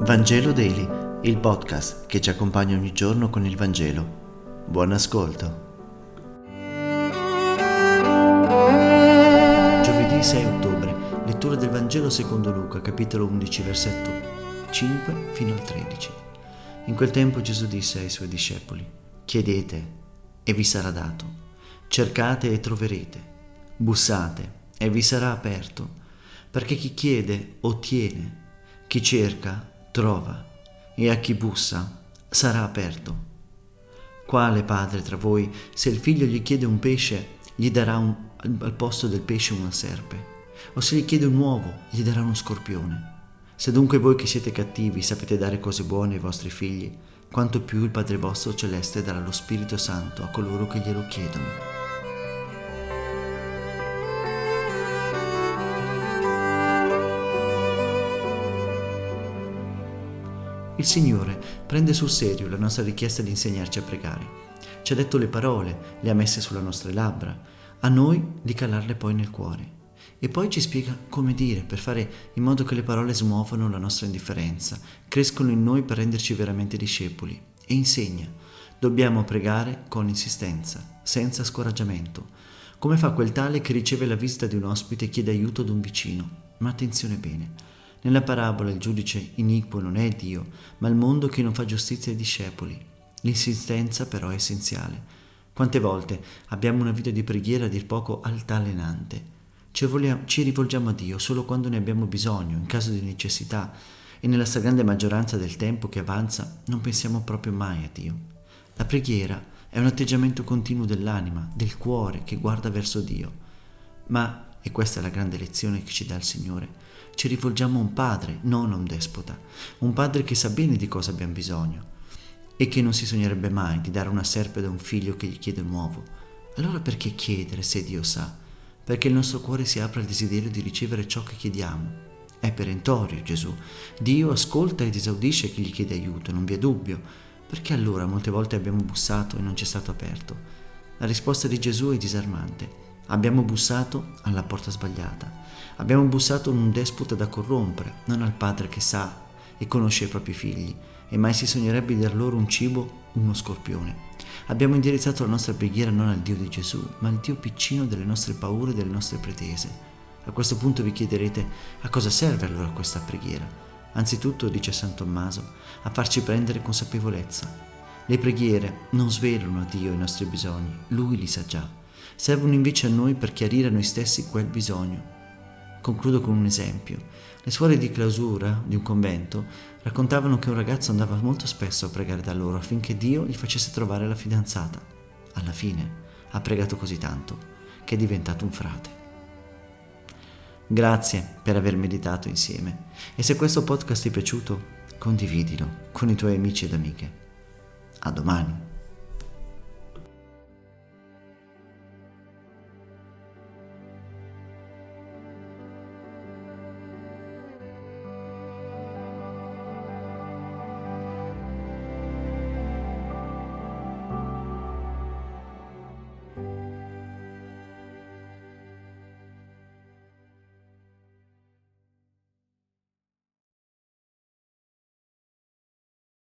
Vangelo Daily, il podcast che ci accompagna ogni giorno con il Vangelo. Buon ascolto. Giovedì 6 ottobre, lettura del Vangelo secondo Luca, capitolo 11, versetto 5 fino al 13. In quel tempo Gesù disse ai suoi discepoli: chiedete e vi sarà dato, cercate e troverete, bussate e vi sarà aperto, perché chi chiede ottiene, chi cerca trova, e a chi bussa sarà aperto. Quale padre tra voi, se il figlio gli chiede un pesce, gli darà al posto del pesce una serpe? O se gli chiede un uovo, gli darà uno scorpione? Se dunque voi che siete cattivi sapete dare cose buone ai vostri figli, quanto più il Padre vostro celeste darà lo Spirito Santo a coloro che glielo chiedono. Il Signore prende sul serio la nostra richiesta di insegnarci a pregare. Ci ha detto le parole, le ha messe sulle nostre labbra, a noi di calarle poi nel cuore. E poi ci spiega come dire per fare in modo che le parole smuovano la nostra indifferenza, crescono in noi per renderci veramente discepoli. E insegna: dobbiamo pregare con insistenza, senza scoraggiamento, come fa quel tale che riceve la visita di un ospite e chiede aiuto ad un vicino. Ma attenzione bene. Nella parabola il giudice iniquo non è Dio, ma il mondo che non fa giustizia ai discepoli. L'insistenza però è essenziale. Quante volte abbiamo una vita di preghiera a dir poco altalenante? Ci rivolgiamo a Dio solo quando ne abbiamo bisogno, in caso di necessità, e nella stragrande maggioranza del tempo che avanza non pensiamo proprio mai a Dio. La preghiera è un atteggiamento continuo dell'anima, del cuore che guarda verso Dio. Ma, e questa è la grande lezione che ci dà il Signore, ci rivolgiamo a un padre, non a un despota, un padre che sa bene di cosa abbiamo bisogno e che non si sognerebbe mai di dare una serpe da un figlio che gli chiede un uovo. Allora perché chiedere se Dio sa? Perché il nostro cuore si apre al desiderio di ricevere ciò che chiediamo. È perentorio Gesù. Dio ascolta ed esaudisce chi gli chiede aiuto, non vi è dubbio. Perché allora molte volte abbiamo bussato e non ci è stato aperto? La risposta di Gesù è disarmante. Abbiamo bussato alla porta sbagliata. Abbiamo bussato a un despota da corrompere, non al padre che sa e conosce i propri figli e mai si sognerebbe di dar loro un cibo, uno scorpione. Abbiamo indirizzato la nostra preghiera non al Dio di Gesù, ma al Dio piccino delle nostre paure e delle nostre pretese. A questo punto vi chiederete: a cosa serve allora questa preghiera? Anzitutto, dice San Tommaso, a farci prendere consapevolezza. Le preghiere non svelano a Dio i nostri bisogni, Lui li sa già. Servono invece a noi per chiarire a noi stessi quel bisogno. Concludo con un esempio. Le suore di clausura di un convento raccontavano che un ragazzo andava molto spesso a pregare da loro affinché Dio gli facesse trovare la fidanzata. Alla fine ha pregato così tanto che è diventato un frate. Grazie per aver meditato insieme e se questo podcast ti è piaciuto, condividilo con i tuoi amici ed amiche. A domani.